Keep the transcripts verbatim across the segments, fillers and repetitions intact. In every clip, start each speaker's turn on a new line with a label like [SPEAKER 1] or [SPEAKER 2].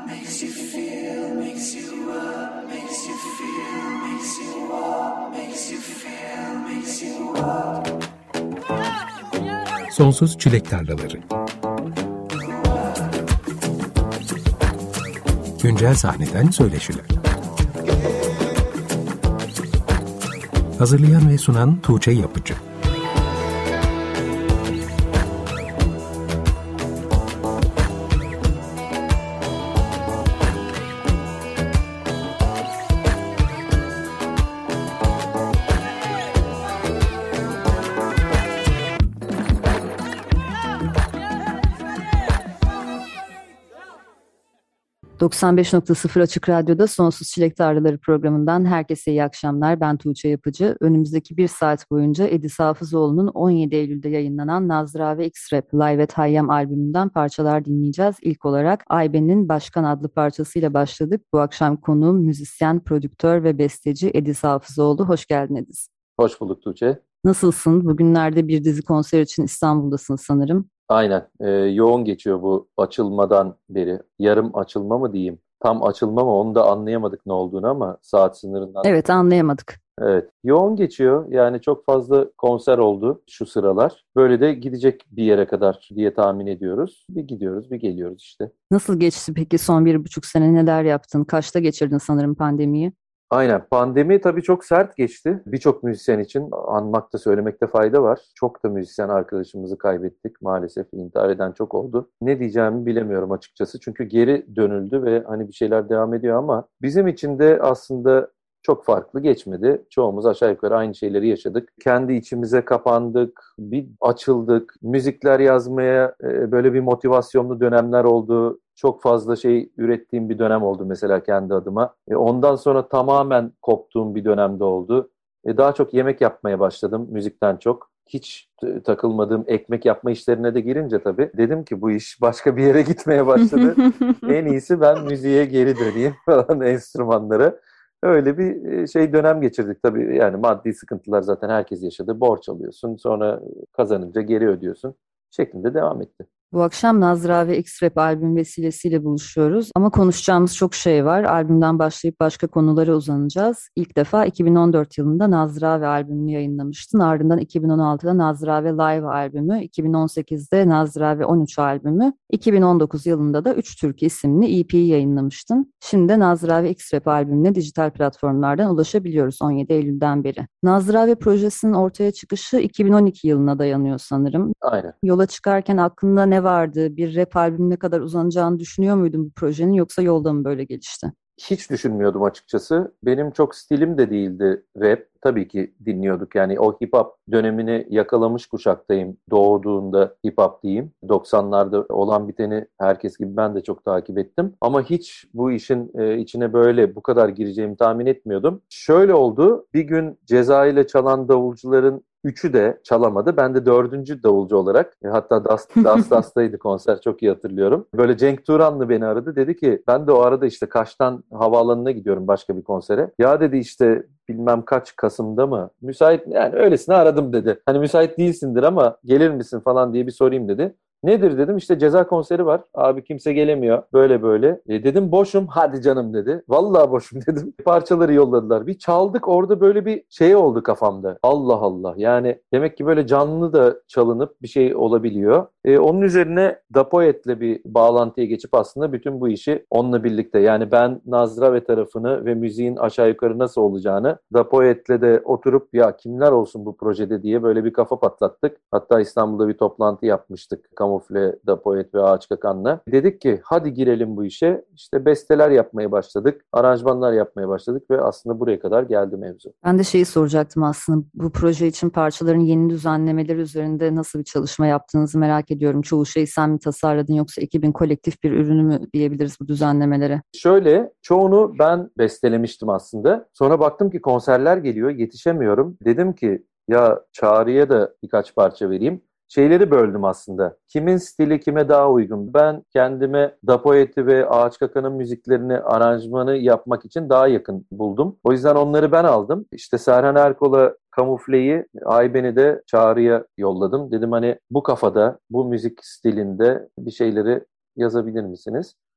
[SPEAKER 1] makes you feel, makes you up, makes you feel, makes you walk, makes you feel, makes you walk.
[SPEAKER 2] Sonsuz Çilek Tarlaları. Güncel sahneden söyleşiler. Hazırlayan ve sunan Tuğçe Yapıcı.
[SPEAKER 3] doksan beş nokta sıfır Açık Radyo'da Sonsuz Çilek Tarlaları programından herkese iyi akşamlar. Ben Tuğçe Yapıcı. Önümüzdeki bir saat boyunca Edis Hafızoğlu'nun on yedi Eylül'de yayınlanan Nazra ve X-Rap Live at Hayyam albümünden parçalar dinleyeceğiz. İlk olarak Ayben'in Başkan adlı parçasıyla başladık. Bu akşam konuğum müzisyen, prodüktör ve besteci Edis Hafızoğlu. Hoş geldin Edis.
[SPEAKER 4] Hoş bulduk Tuğçe.
[SPEAKER 3] Nasılsın? Bugünlerde bir dizi konser için İstanbul'dasın sanırım.
[SPEAKER 4] Aynen. Ee, yoğun geçiyor bu açılmadan beri. Yarım açılma mı diyeyim? Tam açılma mı onu da anlayamadık ne olduğunu ama saat sınırından.
[SPEAKER 3] Evet, anlayamadık.
[SPEAKER 4] Evet. Yoğun geçiyor. Yani çok fazla konser oldu şu sıralar. Böyle de gidecek bir yere kadar diye tahmin ediyoruz. Bir gidiyoruz, bir geliyoruz işte.
[SPEAKER 3] Nasıl geçti peki son bir buçuk sene, neler yaptın? Kaçta geçirdin sanırım pandemiyi?
[SPEAKER 4] Aynen. Pandemi tabii çok sert geçti. Birçok müzisyen için anmakta, söylemekte fayda var. Çok da müzisyen arkadaşımızı kaybettik. Maalesef intihar eden çok oldu. Ne diyeceğimi bilemiyorum açıkçası. Çünkü geri dönüldü ve hani bir şeyler devam ediyor ama bizim için de aslında çok farklı geçmedi. Çoğumuz aşağı yukarı aynı şeyleri yaşadık. Kendi içimize kapandık, bir açıldık. Müzikler yazmaya böyle bir motivasyonlu dönemler oldu. Çok fazla şey ürettiğim bir dönem oldu mesela kendi adıma. E ondan sonra tamamen koptuğum bir dönemde oldu. E daha çok yemek yapmaya başladım müzikten çok. Hiç t- takılmadığım ekmek yapma işlerine de girince tabii dedim ki bu iş başka bir yere gitmeye başladı. En iyisi ben müziğe geri döneyim falan, enstrümanlara. Öyle bir şey dönem geçirdik tabii. Yani maddi sıkıntılar zaten herkes yaşadı. Borç alıyorsun, sonra kazanınca geri ödüyorsun şeklinde devam etti.
[SPEAKER 3] Bu akşam Nazra ve X-Rap albüm vesilesiyle buluşuyoruz. Ama konuşacağımız çok şey var. Albümden başlayıp başka konulara uzanacağız. İlk defa iki bin on dört yılında Nazra ve albümünü yayınlamıştın. Ardından iki bin on altıda Nazra ve Live albümü, iki bin on sekizde Nazra ve on üç albümü, iki bin on dokuz yılında da Üç Türkü isimli E P'yi yayınlamıştın. Şimdi de Nazra ve X-Rap albümüne dijital platformlardan ulaşabiliyoruz on yedi Eylül'den beri. Nazra ve projesinin ortaya çıkışı iki bin on iki yılına dayanıyor sanırım.
[SPEAKER 4] Aynen.
[SPEAKER 3] Yola çıkarken aklında ne vardı? Bir rap albümüne kadar uzanacağını düşünüyor muydun bu projenin, yoksa yolda mı böyle gelişti?
[SPEAKER 4] Hiç düşünmüyordum açıkçası. Benim çok stilim de değildi rap. Tabii ki dinliyorduk. Yani o hip hop dönemini yakalamış kuşaktayım. Doğduğunda hip hop diyeyim. doksanlarda olan biteni herkes gibi ben de çok takip ettim. Ama hiç bu işin e, içine böyle bu kadar gireceğimi tahmin etmiyordum. Şöyle oldu. Bir gün Ceza ile çalan davulcuların üçü de çalamadı. Ben de dördüncü davulcu olarak, e, hatta Das, Das Das'taydı konser, çok iyi hatırlıyorum. Böyle Cenk Turanlı beni aradı. Dedi ki ben de o arada işte Kaş'tan havaalanına gidiyorum başka bir konsere. Ya dedi işte bilmem kaç Kasım'da mı? Müsait, yani öylesine aradım dedi. Hani müsait değilsindir ama gelir misin falan diye bir sorayım dedi. Nedir dedim, işte Ceza konseri var. Abi kimse gelemiyor. Böyle böyle. E dedim boşum. Hadi canım dedi. Vallahi boşum dedim. Parçaları yolladılar. Bir çaldık, orada böyle bir şey oldu kafamda. Allah Allah. Yani demek ki böyle canlı da çalınıp bir şey olabiliyor. E, onun üzerine Dapoet'le bir bağlantıya geçip aslında bütün bu işi onunla birlikte, yani ben Nazra ve tarafını ve müziğin aşağı yukarı nasıl olacağını Dapoet'le de oturup ya kimler olsun bu projede diye böyle bir kafa patlattık. Hatta İstanbul'da bir toplantı yapmıştık. Kamufle, Dapoet ve Ağaç Kakan'la. Dedik ki hadi girelim bu işe. İşte besteler yapmaya başladık. Aranjmanlar yapmaya başladık ve aslında buraya kadar geldi mevzu.
[SPEAKER 3] Ben de şeyi soracaktım aslında. Bu proje için parçaların yeni düzenlemeleri üzerinde nasıl bir çalışma yaptığınızı merak ediyorum. Çoğu şeyi sen mi tasarladın, yoksa ekibin kolektif bir ürünü mü diyebiliriz bu düzenlemelere?
[SPEAKER 4] Şöyle, çoğunu ben bestelemiştim aslında. Sonra baktım ki konserler geliyor, yetişemiyorum. Dedim ki ya Çağrı'ya da birkaç parça vereyim. Şeyleri böldüm aslında. Kimin stili kime daha uygun? Ben kendime Dapoet'i ve Ağaç Kakan'ın müziklerini, aranjmanı yapmak için daha yakın buldum. O yüzden onları ben aldım. İşte Serhan Erkol'a Kamufle'yi, Ayben'i de Çağrı'ya yolladım. Dedim hani bu kafada, bu müzik stilinde bir şeyleri yazabilir misiniz?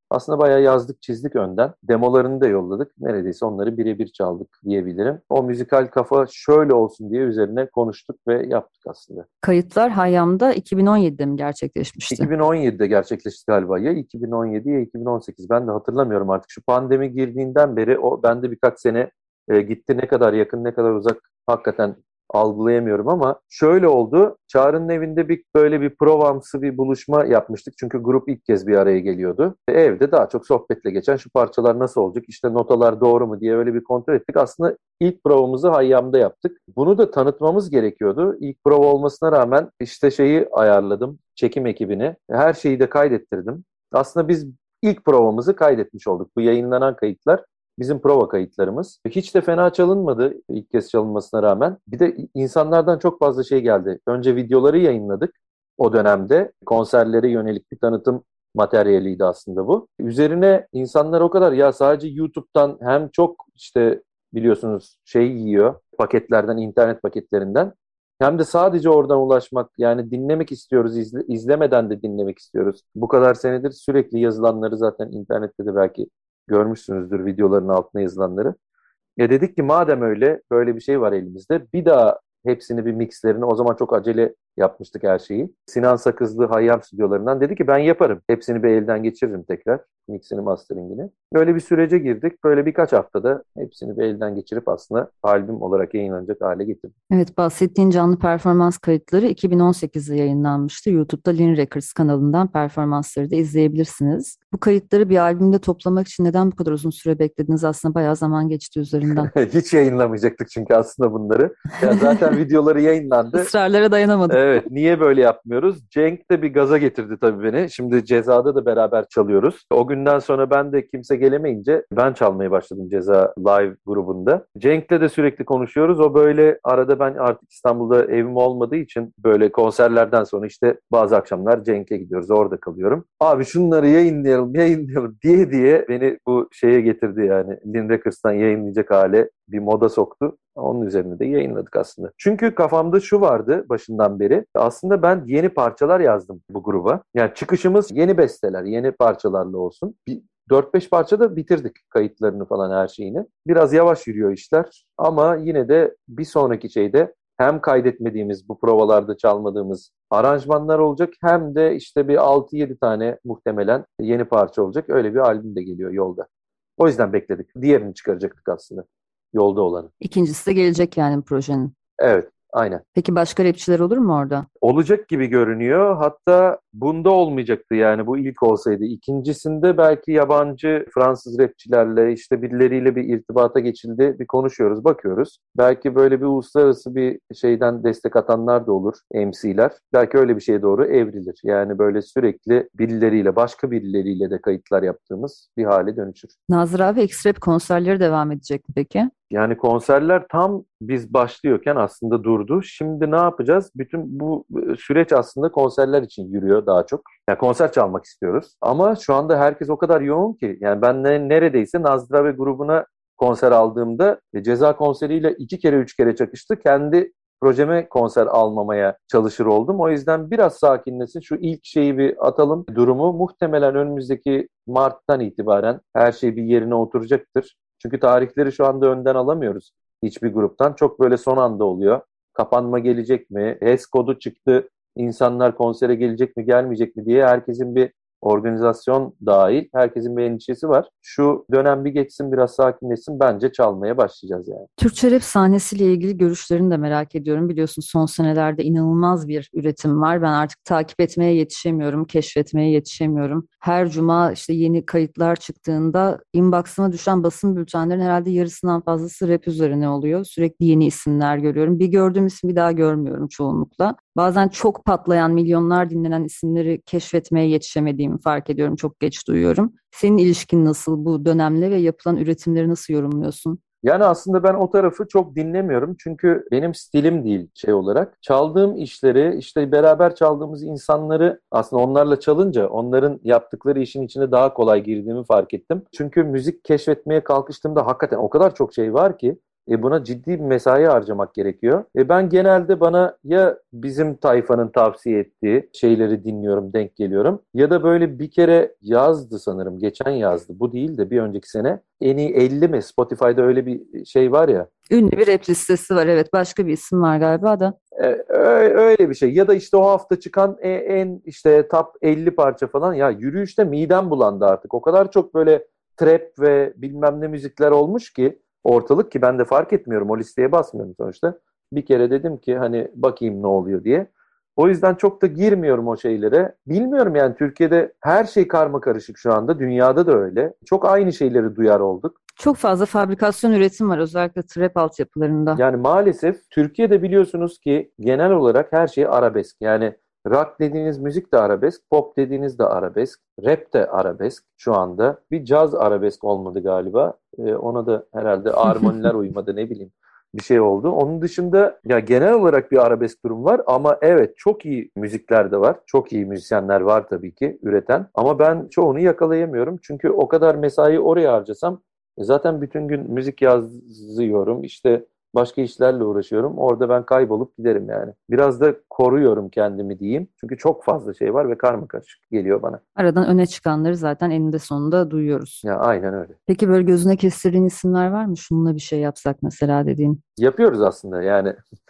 [SPEAKER 4] Aslında bayağı yazdık çizdik önden. Demolarını da yolladık. Neredeyse onları birebir çaldık diyebilirim. O müzikal kafa şöyle olsun diye üzerine konuştuk ve yaptık aslında.
[SPEAKER 3] Kayıtlar Hayyam'da iki bin on yedide mi gerçekleşmişti?
[SPEAKER 4] iki bin on yedide gerçekleşti galiba. Ya iki bin on yedi ya iki bin on sekiz. Ben de hatırlamıyorum artık. Şu pandemi girdiğinden beri o bende birkaç sene e, gitti. Ne kadar yakın ne kadar uzak hakikaten algılayamıyorum ama şöyle oldu. Çağrı'nın evinde bir böyle bir provamsı bir buluşma yapmıştık. Çünkü grup ilk kez bir araya geliyordu. E, evde daha çok sohbetle geçen şu parçalar nasıl olacak? İşte notalar doğru mu diye öyle bir kontrol ettik. Aslında ilk provamızı Hayyam'da yaptık. Bunu da tanıtmamız gerekiyordu. İlk prova olmasına rağmen işte şeyi ayarladım. Çekim ekibini. Her şeyi de kaydettirdim. Aslında biz ilk provamızı kaydetmiş olduk. Bu yayınlanan kayıtlar bizim prova kayıtlarımız. Hiç de fena çalınmadı ilk kez çalınmasına rağmen. Bir de insanlardan çok fazla şey geldi. Önce videoları yayınladık o dönemde. Konserlere yönelik bir tanıtım materyaliydi aslında bu. Üzerine insanlar o kadar ya sadece YouTube'dan hem çok işte biliyorsunuz şey yiyor paketlerden, internet paketlerinden. Hem de sadece oradan ulaşmak yani dinlemek istiyoruz, izle, izlemeden de dinlemek istiyoruz. Bu kadar senedir sürekli yazılanları zaten internette de belki görmüşsünüzdür videoların altına yazılanları. Ya dedik ki madem öyle böyle bir şey var elimizde bir daha hepsini bir mixlerini o zaman çok acele yapmıştık her şeyi. Sinan Sakızlı Hayyam stüdyolarından dedi ki ben yaparım. Hepsini bir elden geçiririm tekrar. Mixini, masteringini. Böyle bir sürece girdik. Böyle birkaç haftada hepsini bir elden geçirip aslında albüm olarak yayınlanacak hale getirdik.
[SPEAKER 3] Evet, bahsettiğin canlı performans kayıtları iki bin on sekizde yayınlanmıştı. YouTube'da Lin Records kanalından performansları da izleyebilirsiniz. Bu kayıtları bir albümde toplamak için neden bu kadar uzun süre beklediniz? Aslında bayağı zaman geçti üzerinden.
[SPEAKER 4] Hiç yayınlamayacaktık çünkü aslında bunları. Ya zaten videoları yayınlandı.
[SPEAKER 3] Israrlara dayanamadık.
[SPEAKER 4] Evet, niye böyle yapmıyoruz? Cenk de bir gaza getirdi tabii beni. Şimdi Ceza'da da beraber çalıyoruz. O günden sonra ben de kimse gelemeyince ben çalmaya başladım Ceza Live grubunda. Cenk'le de sürekli konuşuyoruz. O böyle arada ben artık İstanbul'da evim olmadığı için böyle konserlerden sonra işte bazı akşamlar Cenk'e gidiyoruz. Orada kalıyorum. Abi şunları yayınlayalım, yayınlayalım diye diye beni bu şeye getirdi yani. Lin Records'tan yayınlayacak hale bir moda soktu. Onun üzerine de yayınladık aslında. Çünkü kafamda şu vardı başından beri. Aslında ben yeni parçalar yazdım bu gruba. Yani çıkışımız yeni besteler, yeni parçalarla olsun. Bir dört beş parça da bitirdik kayıtlarını falan her şeyini. Biraz yavaş yürüyor işler ama yine de bir sonraki şeyde hem kaydetmediğimiz, bu provalarda çalmadığımız aranjmanlar olacak hem de işte bir altı yedi tane muhtemelen yeni parça olacak. Öyle bir albüm de geliyor yolda. O yüzden bekledik. Diğerini çıkaracaktık aslında. Yolda olanı.
[SPEAKER 3] İkincisi de gelecek yani projenin.
[SPEAKER 4] Evet, aynen.
[SPEAKER 3] Peki başka rapçiler olur mu orada?
[SPEAKER 4] Olacak gibi görünüyor. Hatta bunda olmayacaktı yani bu ilk olsaydı. İkincisinde belki yabancı Fransız rapçilerle işte birileriyle bir irtibata geçildi. Bir konuşuyoruz, bakıyoruz. Belki böyle bir uluslararası bir şeyden destek atanlar da olur, M C'ler. Belki öyle bir şeye doğru evrilir. Yani böyle sürekli birileriyle, başka birileriyle de kayıtlar yaptığımız bir hale dönüşür.
[SPEAKER 3] Nazır abi X-Rap konserleri devam edecek mi peki?
[SPEAKER 4] Yani konserler tam biz başlıyorken aslında durdu. Şimdi ne yapacağız? Bütün bu süreç aslında konserler için yürüyor daha çok. Yani konser çalmak istiyoruz. Ama şu anda herkes o kadar yoğun ki. Yani ben ne, neredeyse Nazdra ve grubuna konser aldığımda e, Ceza konseriyle iki kere üç kere çakıştı. Kendi projeme konser almamaya çalışır oldum. O yüzden biraz sakinlesin. Şu ilk şeyi bir atalım. Durumu muhtemelen önümüzdeki Mart'tan itibaren her şey bir yerine oturacaktır. Çünkü tarihleri şu anda önden alamıyoruz hiçbir gruptan. Çok böyle son anda oluyor. Kapanma gelecek mi? H E S kodu çıktı. İnsanlar konsere gelecek mi, gelmeyecek mi diye herkesin bir organizasyon dahil. Herkesin bir endişesi var. Şu dönem bir geçsin, biraz sakinleşsin. Bence çalmaya başlayacağız yani.
[SPEAKER 3] Türkçe rap sahnesiyle ilgili görüşlerini de merak ediyorum. Biliyorsun son senelerde inanılmaz bir üretim var. Ben artık takip etmeye yetişemiyorum, keşfetmeye yetişemiyorum. Her cuma işte yeni kayıtlar çıktığında inbox'ıma düşen basın bültenlerin herhalde yarısından fazlası rap üzerine oluyor. Sürekli yeni isimler görüyorum. Bir gördüğüm ismi bir daha görmüyorum çoğunlukla. Bazen çok patlayan, milyonlar dinlenen isimleri keşfetmeye yetişemediğimi fark ediyorum. Çok geç duyuyorum. Senin ilişkin nasıl bu dönemle ve yapılan üretimleri nasıl yorumluyorsun?
[SPEAKER 4] Yani aslında ben o tarafı çok dinlemiyorum. Çünkü benim stilim değil şey olarak. Çaldığım işleri, işte beraber çaldığımız insanları aslında onlarla çalınca onların yaptıkları işin içine daha kolay girdiğimi fark ettim. Çünkü müzik keşfetmeye kalkıştığımda hakikaten o kadar çok şey var ki E buna ciddi bir mesai harcamak gerekiyor. E ben genelde bana ya bizim tayfanın tavsiye ettiği şeyleri dinliyorum, denk geliyorum. Ya da böyle bir kere yazdı sanırım, geçen yazdı. Bu değil de bir önceki sene. En iyi elli mi? Spotify'da öyle bir şey var ya.
[SPEAKER 3] Ünlü bir rap listesi var, evet, başka bir isim var galiba da.
[SPEAKER 4] E, öyle bir şey. Ya da işte o hafta çıkan en işte top elli parça falan. Ya yürüyüşte midem bulandı artık. O kadar çok böyle trap ve bilmem ne müzikler olmuş ki ortalık, ki ben de fark etmiyorum. O listeye basmıyorum sonuçta. Bir kere dedim ki hani bakayım ne oluyor diye. O yüzden çok da girmiyorum o şeylere. Bilmiyorum yani, Türkiye'de her şey karma karışık şu anda. Dünyada da öyle. Çok aynı şeyleri duyar olduk.
[SPEAKER 3] Çok fazla fabrikasyon üretim var özellikle trap altyapılarında.
[SPEAKER 4] Yani maalesef Türkiye'de biliyorsunuz ki genel olarak her şey arabesk. Yani rock dediğiniz müzik de arabesk, pop dediğiniz de arabesk, rap de arabesk şu anda. Bir caz arabesk olmadı galiba. Ee, ona da herhalde armoniler uymadı, ne bileyim, bir şey oldu. Onun dışında ya genel olarak bir arabesk durum var ama evet, çok iyi müzikler de var. Çok iyi müzisyenler var tabii ki üreten. Ama ben çoğunu yakalayamıyorum. Çünkü o kadar mesai oraya harcasam zaten bütün gün müzik yazıyorum, işte başka işlerle uğraşıyorum. Orada ben kaybolup giderim yani. Biraz da koruyorum kendimi diyeyim. Çünkü çok fazla şey var ve karmakarışık geliyor bana.
[SPEAKER 3] Aradan öne çıkanları zaten eninde sonunda duyuyoruz.
[SPEAKER 4] Ya aynen öyle.
[SPEAKER 3] Peki böyle gözüne kestirdiğin isimler var mı? Şununla bir şey yapsak mesela dediğin.
[SPEAKER 4] Yapıyoruz aslında yani.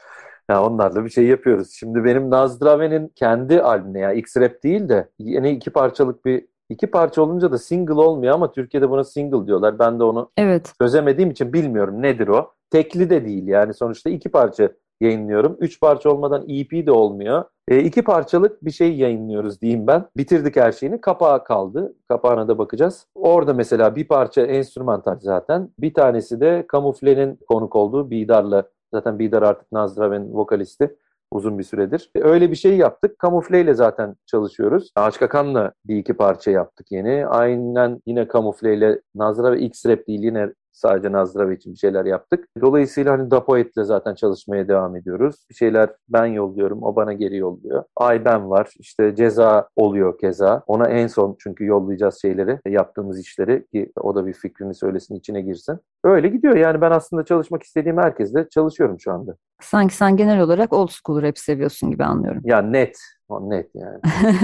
[SPEAKER 4] Ya onlarla bir şey yapıyoruz. Şimdi benim Nazdrave'nin kendi albümüne, ya X-Rap değil de yeni iki parçalık bir iki parça olunca da single olmuyor ama Türkiye'de buna single diyorlar. Ben de onu
[SPEAKER 3] Evet.
[SPEAKER 4] çözemediğim için bilmiyorum nedir o. Tekli de değil yani, sonuçta iki parça yayınlıyorum. Üç parça olmadan E P de olmuyor. E, iki parçalık bir şey yayınlıyoruz diyeyim ben. Bitirdik her şeyini. Kapağı kaldı. Kapağına da bakacağız. Orada mesela bir parça enstrümantal zaten. Bir tanesi de Kamufle'nin konuk olduğu Bidar'la. Zaten Bidar artık Nazdrave'nin vokalisti uzun bir süredir. E, öyle bir şey yaptık. Kamufleyle zaten çalışıyoruz. Ağaç Kakan'la bir iki parça yaptık yeni. Aynen yine Kamufleyle, Nazdrave X-Rap değil, yine sadece Nazdrave için bir şeyler yaptık. Dolayısıyla hani Dapoet'le zaten çalışmaya devam ediyoruz. Bir şeyler ben yolluyorum, o bana geri yolluyor. Ayben var, işte Ceza oluyor keza. Ona en son çünkü yollayacağız şeyleri, yaptığımız işleri, ki o da bir fikrini söylesin, içine girsin. Öyle gidiyor yani, ben aslında çalışmak istediğim herkesle çalışıyorum şu anda.
[SPEAKER 3] Sanki sen genel olarak old school rap seviyorsun gibi anlıyorum.
[SPEAKER 4] Ya net, o net yani.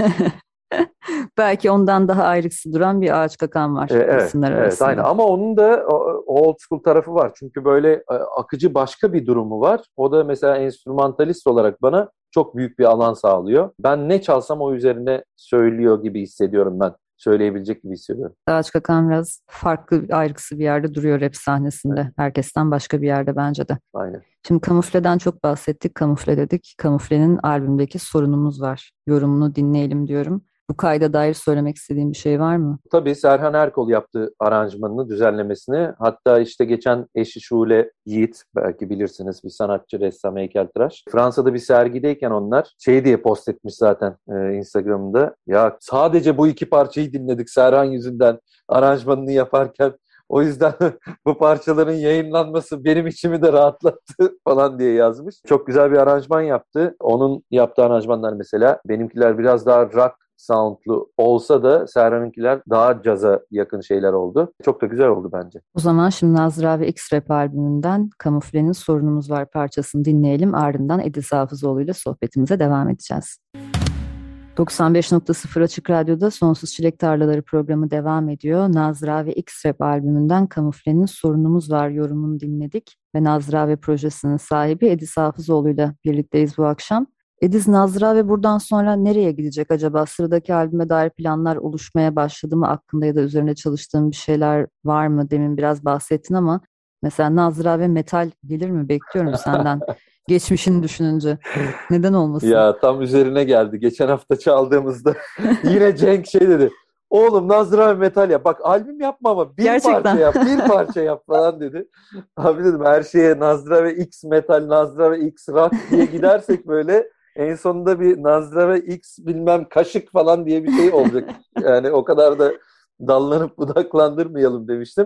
[SPEAKER 3] Belki ondan daha ayrıksı duran bir Ağaç Kakan var
[SPEAKER 4] Ee, evet,
[SPEAKER 3] isimler
[SPEAKER 4] evet,
[SPEAKER 3] arasında.
[SPEAKER 4] aynen. Ama onun da o, old school tarafı var. Çünkü böyle e, akıcı başka bir durumu var. O da mesela enstrümantalist olarak bana çok büyük bir alan sağlıyor. Ben ne çalsam o üzerine söylüyor gibi hissediyorum ben. Söyleyebilecek gibi hissediyorum.
[SPEAKER 3] Ağaç Kakan biraz farklı, ayrıksı bir yerde duruyor rap sahnesinde.
[SPEAKER 4] Evet.
[SPEAKER 3] Herkesten başka bir yerde bence de.
[SPEAKER 4] Aynen.
[SPEAKER 3] Şimdi Kamufle'den çok bahsettik. Kamufle dedik. Kamufle'nin albümdeki Sorunumuz Var. Yorumunu dinleyelim diyorum. Bu kayda dair söylemek istediğim bir şey var mı?
[SPEAKER 4] Tabii Serhan Erkol yaptı aranjmanını, düzenlemesini. Hatta işte geçen eşi Şule Yiğit, belki bilirsiniz, bir sanatçı, ressam, heykeltıraş. Fransa'da bir sergideyken onlar şey diye post etmiş zaten e, Instagram'da. Ya sadece bu iki parçayı dinledik Serhan yüzünden aranjmanını yaparken. O yüzden bu parçaların yayınlanması benim içimi de rahatlattı falan diye yazmış. Çok güzel bir aranjman yaptı. Onun yaptığı aranjmanlar mesela, benimkiler biraz daha rock soundlu olsa da Serhan'ınkiler daha caza yakın şeyler oldu. Çok da güzel oldu bence.
[SPEAKER 3] O zaman şimdi Nazdrave X-Rap albümünden Kamufle'nin Sorunumuz Var parçasını dinleyelim. Ardından Ediz Hafızoğlu ile sohbetimize devam edeceğiz. doksan beş nokta sıfır Açık Radyo'da Sonsuz Çilek Tarlaları programı devam ediyor. Nazdrave X-Rap albümünden Kamufle'nin Sorunumuz Var yorumunu dinledik. Ve Nazdrave projesinin sahibi Ediz Hafızoğlu ile birlikteyiz bu akşam. Ediz, Nazdrave buradan sonra nereye gidecek acaba? Sıradaki albüme dair planlar oluşmaya başladı mı? Aklında ya da üzerinde çalıştığın bir şeyler var mı? Demin biraz bahsettin ama mesela Nazdrave metal gelir mi? Bekliyorum senden. Geçmişini düşününce. Neden olmasın?
[SPEAKER 4] Ya tam üzerine geldi. Geçen hafta çaldığımızda yine Cenk şey dedi. Oğlum Nazdrave metal yap. Bak albüm yapma ama bir
[SPEAKER 3] Gerçekten.
[SPEAKER 4] parça yap, bir parça yap falan dedi. Abi dedim, her şeye Nazdrave X metal, Nazdrave X rock diye gidersek böyle en sonunda bir Nazdrave X bilmem kaşık falan diye bir şey olacak. Yani o kadar da dallanıp budaklandırmayalım demiştim.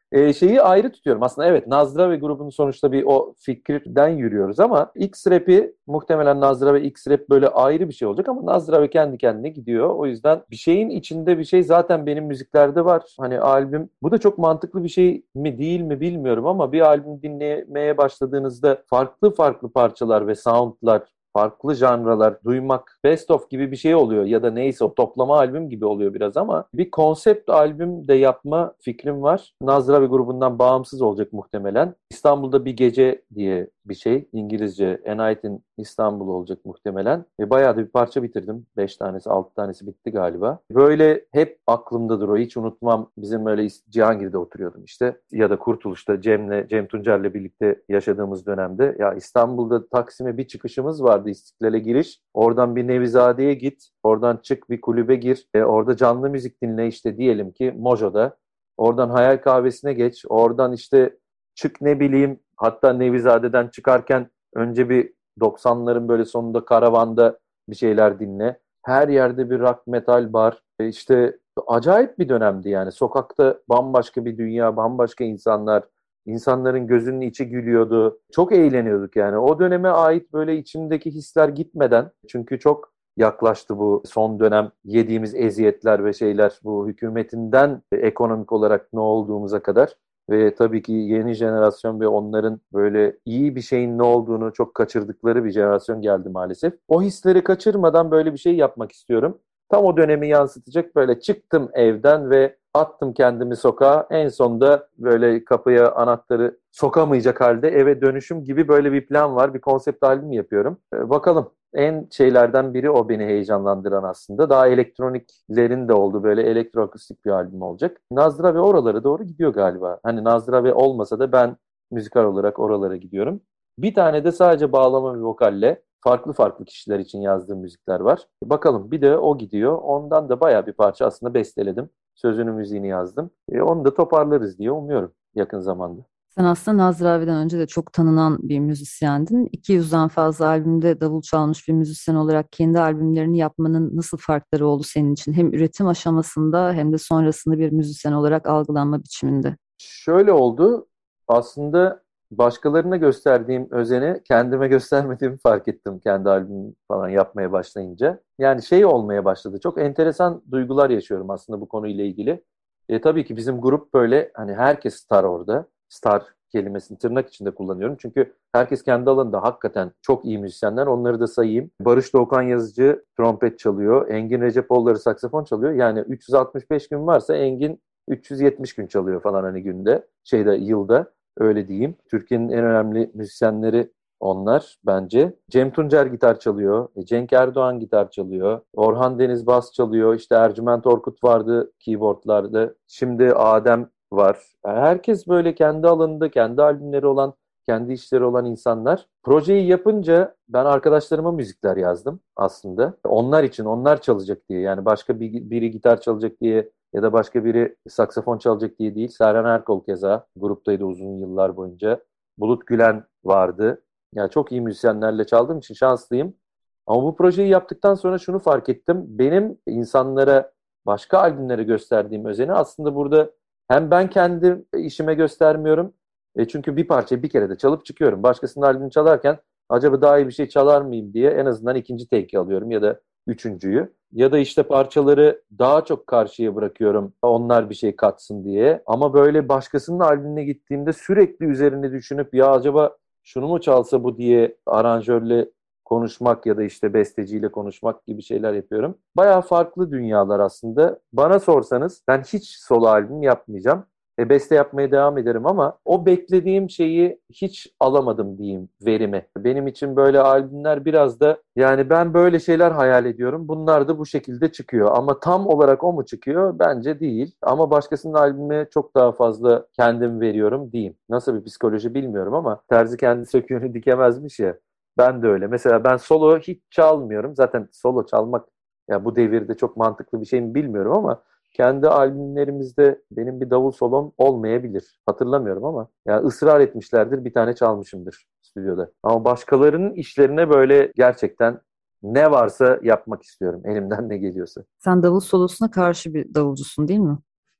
[SPEAKER 4] e, şeyi ayrı tutuyorum. Aslında evet, Nazra ve grubunun sonuçta bir o fikirden yürüyoruz ama X-Rap'i muhtemelen Nazra ve X-Rap böyle ayrı bir şey olacak ama Nazra ve kendi kendine gidiyor. O yüzden bir şeyin içinde bir şey zaten benim müziklerde var. Hani albüm, bu da çok mantıklı bir şey mi değil mi bilmiyorum ama bir albüm dinlemeye başladığınızda farklı farklı parçalar ve soundlar, farklı janralar duymak best of gibi bir şey oluyor ya da neyse o toplama albüm gibi oluyor biraz ama bir konsept albüm de yapma fikrim var. Nazra ve grubundan bağımsız olacak muhtemelen. İstanbul'da Bir Gece diye bir şey, İngilizce A Night in İstanbul olacak muhtemelen. Ve bayağı da bir parça bitirdim. Beş tanesi, altı tanesi bitti galiba. Böyle hep aklımdadır o, hiç unutmam. Bizim öyle Cihangir'de oturuyordum işte ya da Kurtuluş'ta Cem'le, Cem Tuncer'le birlikte yaşadığımız dönemde ya İstanbul'da Taksim'e bir çıkışımız vardı, İstiklal'e giriş. Oradan bir Nevizade'ye git. Oradan çık bir kulübe gir. E, orada canlı müzik dinle işte diyelim ki Mojo'da. Oradan Hayal Kahvesi'ne geç. Oradan işte çık ne bileyim, hatta Nevizade'den çıkarken önce bir doksanların böyle sonunda karavanda bir şeyler dinle. Her yerde bir rock metal bar. E işte acayip bir dönemdi yani. Sokakta bambaşka bir dünya, bambaşka insanlar. İnsanların gözünün içi gülüyordu. Çok eğleniyorduk yani. O döneme ait böyle içimdeki hisler gitmeden, çünkü çok yaklaştı bu son dönem yediğimiz eziyetler ve şeyler, bu hükümetinden ekonomik olarak ne olduğumuza kadar. Ve tabii ki yeni jenerasyon ve onların böyle iyi bir şeyin ne olduğunu çok kaçırdıkları bir jenerasyon geldi maalesef. O hisleri kaçırmadan böyle bir şey yapmak istiyorum. Tam o dönemi yansıtacak, böyle çıktım evden ve attım kendimi sokağa. En sonunda böyle kapıya anahtarı sokamayacak halde eve dönüşüm gibi böyle bir plan var. Bir konsept albüm yapıyorum. Ee, bakalım. En şeylerden biri o beni heyecanlandıran aslında. Daha elektroniklerin de olduğu böyle elektroakustik bir albüm olacak. Nazra ve oralara doğru gidiyor galiba. Hani Nazra ve olmasa da ben müzikal olarak oralara gidiyorum. Bir tane de sadece bağlama ve vokalle farklı farklı kişiler için yazdığım müzikler var. Bakalım, bir de o gidiyor. Ondan da bayağı bir parça aslında besteledim. Sözünü müziğini yazdım. E, onu da toparlarız diye umuyorum yakın zamanda.
[SPEAKER 3] Sen aslında Nazır abiden önce de çok tanınan bir müzisyendin. iki yüzden fazla albümde davul çalmış bir müzisyen olarak kendi albümlerini yapmanın nasıl farkları oldu senin için? Hem üretim aşamasında hem de sonrasında bir müzisyen olarak algılanma biçiminde.
[SPEAKER 4] Şöyle oldu. Aslında başkalarına gösterdiğim özeni kendime göstermediğimi fark ettim kendi albüm falan yapmaya başlayınca. Yani şey olmaya başladı. Çok enteresan duygular yaşıyorum aslında bu konuyla ilgili. E, tabii ki bizim grup böyle, hani herkes star orada. Star kelimesini tırnak içinde kullanıyorum. Çünkü herkes kendi alanında hakikaten çok iyi müzisyenler. Onları da sayayım. Barış Doğukan Yazıcı trompet çalıyor. Engin Recepoğulları saksafon çalıyor. Yani üç yüz altmış beş gün varsa Engin üç yüz yetmiş gün çalıyor falan, hani günde. Şeyde, yılda. Öyle diyeyim. Türkiye'nin en önemli müzisyenleri onlar bence. Cem Tuncer gitar çalıyor. Cenk Erdoğan gitar çalıyor. Orhan Deniz bas çalıyor. İşte Ercüment Orkut vardı keyboardlarda. Şimdi Adem var. Herkes böyle kendi alanında, kendi albümleri olan, kendi işleri olan insanlar. Projeyi yapınca ben arkadaşlarıma müzikler yazdım aslında. Onlar için, onlar çalacak diye. Yani başka bir, biri gitar çalacak diye ya da başka biri saksafon çalacak diye değil. Serhan Erkol keza gruptaydı uzun yıllar boyunca. Bulut Gülen vardı. Yani çok iyi müzisyenlerle çaldığım için şanslıyım. Ama bu projeyi yaptıktan sonra şunu fark ettim. Benim insanlara, başka albümlere gösterdiğim özeni aslında burada hem ben kendi işime göstermiyorum. E çünkü bir parçayı bir kere de çalıp çıkıyorum. Başkasının albümünü çalarken acaba daha iyi bir şey çalar mıyım diye en azından ikinci take'i alıyorum ya da üçüncüyü. Ya da işte parçaları daha çok karşıya bırakıyorum, onlar bir şey katsın diye. Ama böyle başkasının albümüne gittiğimde sürekli üzerine düşünüp ya acaba şunu mu çalsa bu diye aranjörle konuşmak ya da işte besteciyle konuşmak gibi şeyler yapıyorum. Bayağı farklı dünyalar aslında. Bana sorsanız ben hiç solo albüm yapmayacağım. E, beste yapmaya devam ederim ama o beklediğim şeyi hiç alamadım diyeyim, verimi. Benim için böyle albümler biraz da, yani ben böyle şeyler hayal ediyorum. Bunlar da bu şekilde çıkıyor. Ama tam olarak o mu çıkıyor? Bence değil. Ama başkasının albümüne çok daha fazla kendim veriyorum diyeyim. Nasıl bir psikoloji bilmiyorum ama terzi kendi söküğünü dikemezmiş ya. Ben de öyle. Mesela ben solo hiç çalmıyorum. Zaten solo çalmak ya bu devirde çok mantıklı bir şey mi bilmiyorum ama kendi albümlerimizde benim bir davul solom olmayabilir. Hatırlamıyorum ama ya ısrar etmişlerdir, bir tane çalmışımdır stüdyoda. Ama başkalarının işlerine böyle gerçekten ne varsa yapmak istiyorum. Elimden ne geliyorsa.
[SPEAKER 3] Sen davul solosuna karşı bir davulcusun değil mi?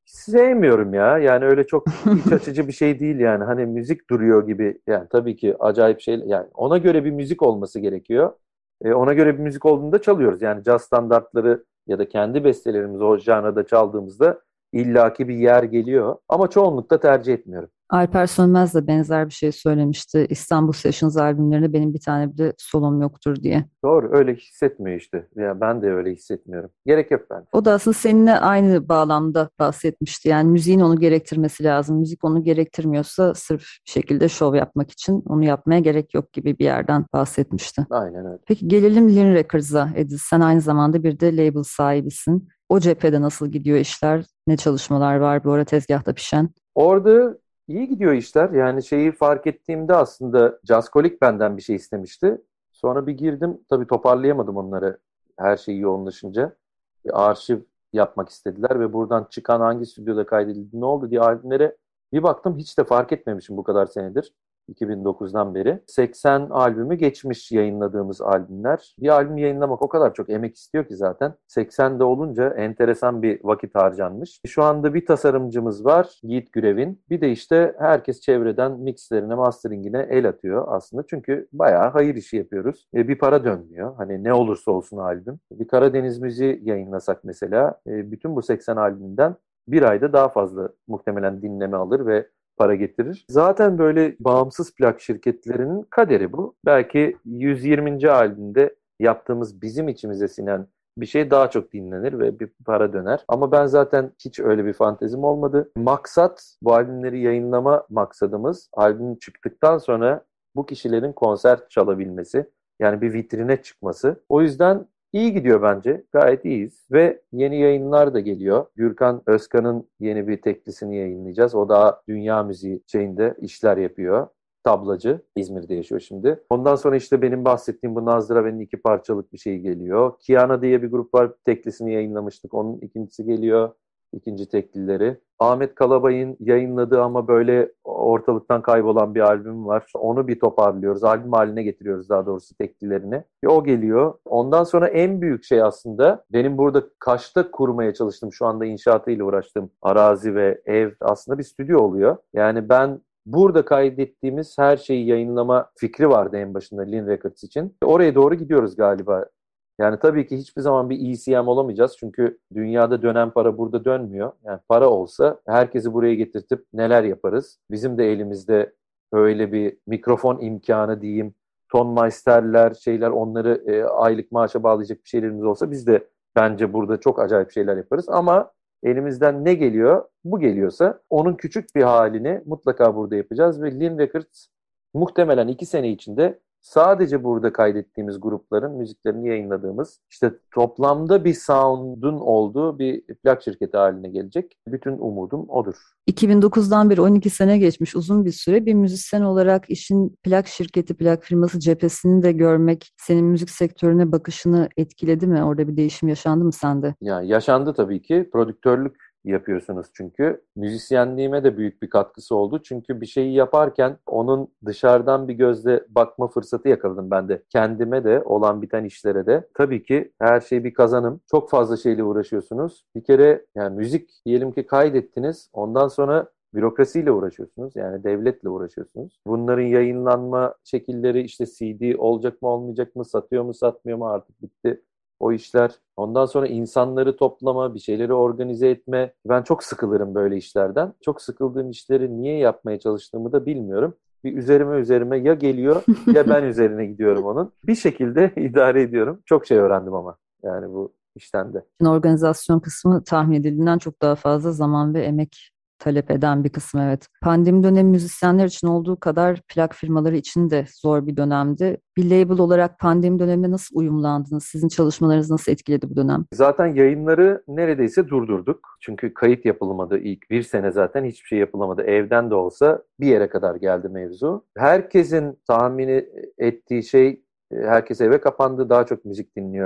[SPEAKER 4] Sevmiyorum ya. Yani öyle çok iç açıcı bir şey değil yani. Hani müzik duruyor gibi. Yani tabii ki acayip şey. Yani ona göre bir müzik olması gerekiyor. E, ona göre bir müzik olduğunda çalıyoruz. Yani caz standartları ya da kendi bestelerimizi o janrada çaldığımızda illaki bir yer geliyor. Ama çoğunlukla tercih etmiyorum.
[SPEAKER 3] Alper Sönmez de benzer bir şey söylemişti. İstanbul Sessions albümlerinde benim bir tane bile solom yoktur diye.
[SPEAKER 4] Doğru, öyle hissetmiyor işte. Ya ben de öyle hissetmiyorum. Gerek yok bence.
[SPEAKER 3] O da aslında seninle aynı bağlamda bahsetmişti. Yani müziğin onu gerektirmesi lazım. Müzik onu gerektirmiyorsa sırf bir şekilde şov yapmak için onu yapmaya gerek yok gibi bir yerden bahsetmişti.
[SPEAKER 4] Aynen öyle.
[SPEAKER 3] Peki gelelim Lin Records'a Ediz. Sen aynı zamanda bir de label sahibisin. O cephede nasıl gidiyor işler? Ne çalışmalar var bu ara tezgahta pişen?
[SPEAKER 4] Orada iyi gidiyor işler. Yani şeyi fark ettiğimde aslında Jazzkolik benden bir şey istemişti. Sonra bir girdim. Tabii toparlayamadım onları her şey yoğunlaşınca. Bir arşiv yapmak istediler ve buradan çıkan hangi stüdyoda kaydedildi, ne oldu diye albümlere bir baktım. Hiç de fark etmemişim bu kadar senedir. iki bin dokuzdan beri. seksen albümü geçmiş yayınladığımız albümler. Bir albüm yayınlamak o kadar çok emek istiyor ki zaten. seksende olunca enteresan bir vakit harcanmış. Şu anda bir tasarımcımız var, Yiğit Gürev'in. Bir de işte herkes çevreden mixlerine, masteringine el atıyor aslında. Çünkü bayağı hayır işi yapıyoruz. E, bir para dönmüyor. Hani ne olursa olsun albüm. Bir Karadeniz müziği yayınlasak mesela, e, bütün bu seksen albümden bir ayda daha fazla muhtemelen dinleme alır ve para getirir. Zaten böyle bağımsız plak şirketlerinin kaderi bu. Belki yüz yirminci albümde yaptığımız bizim içimize sinen bir şey daha çok dinlenir ve bir para döner. Ama ben zaten hiç öyle bir fantezim olmadı. Maksat, bu albümleri yayınlama maksadımız albüm çıktıktan sonra bu kişilerin konser çalabilmesi. Yani bir vitrine çıkması. O yüzden İyi gidiyor bence. Gayet iyiyiz. Ve yeni yayınlar da geliyor. Gürkan Özkan'ın yeni bir teklisini yayınlayacağız. O da dünya müziği şeyinde işler yapıyor. Tablacı. İzmir'de yaşıyor şimdi. Ondan sonra işte benim bahsettiğim bu Nazlırave'nin iki parçalık bir şey geliyor. Kiana diye bir grup var. Teklisini yayınlamıştık. Onun ikincisi geliyor. İkinci teklileri. Ahmet Kalabay'ın yayınladığı ama böyle ortalıktan kaybolan bir albüm var. Onu bir toparlıyoruz. Albüm haline getiriyoruz daha doğrusu teklilerini. Bir o geliyor. Ondan sonra en büyük şey aslında benim burada Kaş'ta kurmaya çalıştım. Şu anda inşaatıyla uğraştığım arazi ve ev aslında bir stüdyo oluyor. Yani ben burada kaydettiğimiz her şeyi yayınlama fikri vardı en başında Lin Records için. Oraya doğru gidiyoruz galiba. Yani tabii ki hiçbir zaman bir E C M olamayacağız. Çünkü dünyada dönen para burada dönmüyor. Yani para olsa herkesi buraya getirtip neler yaparız? Bizim de elimizde öyle bir mikrofon imkanı diyeyim, tonmeisterler, şeyler onları e, aylık maaşa bağlayacak bir şeylerimiz olsa biz de bence burada çok acayip şeyler yaparız. Ama elimizden ne geliyor? Bu geliyorsa onun küçük bir halini mutlaka burada yapacağız ve Lin Records muhtemelen iki sene içinde sadece burada kaydettiğimiz grupların müziklerini yayınladığımız, işte toplamda bir sound'un olduğu bir plak şirketi haline gelecek. Bütün umudum odur.
[SPEAKER 3] iki bin dokuzdan beri on iki sene geçmiş, uzun bir süre. Bir müzisyen olarak işin plak şirketi, plak firması cephesini de görmek senin müzik sektörüne bakışını etkiledi mi? Orada bir değişim yaşandı mı sende?
[SPEAKER 4] Yani yaşandı tabii ki. Prodüktörlük yapıyorsunuz çünkü. Müzisyenliğime de büyük bir katkısı oldu. Çünkü bir şeyi yaparken onun dışarıdan bir gözle bakma fırsatı yakaladım ben de. Kendime de olan biten işlere de. Tabii ki her şey bir kazanım. Çok fazla şeyle uğraşıyorsunuz. Bir kere yani müzik diyelim ki kaydettiniz. Ondan sonra bürokrasiyle uğraşıyorsunuz. Yani devletle uğraşıyorsunuz. Bunların yayınlanma şekilleri işte C D olacak mı olmayacak mı, satıyor mu satmıyor mu artık bitti o işler. Ondan sonra insanları toplama, bir şeyleri organize etme. Ben çok sıkılırım böyle işlerden. Çok sıkıldığım işleri niye yapmaya çalıştığımı da bilmiyorum. Bir üzerime üzerime ya geliyor ya ben üzerine gidiyorum onun. Bir şekilde idare ediyorum. Çok şey öğrendim ama yani bu işten de.
[SPEAKER 3] Organizasyon kısmı tahmin edildiğinden çok daha fazla zaman ve emek talep eden bir kısmı, evet. Pandemi dönemi müzisyenler için olduğu kadar plak firmaları için de zor bir dönemdi. Bir label olarak pandemi dönemine nasıl uyumlandınız? Sizin çalışmalarınız nasıl etkiledi bu dönem?
[SPEAKER 4] Zaten yayınları neredeyse durdurduk. Çünkü kayıt yapılmadı ilk bir sene zaten hiçbir şey yapılamadı. Evden de olsa bir yere kadar geldi mevzu. Herkesin tahmin ettiği şey, herkes eve kapandı, daha çok müzik dinliyor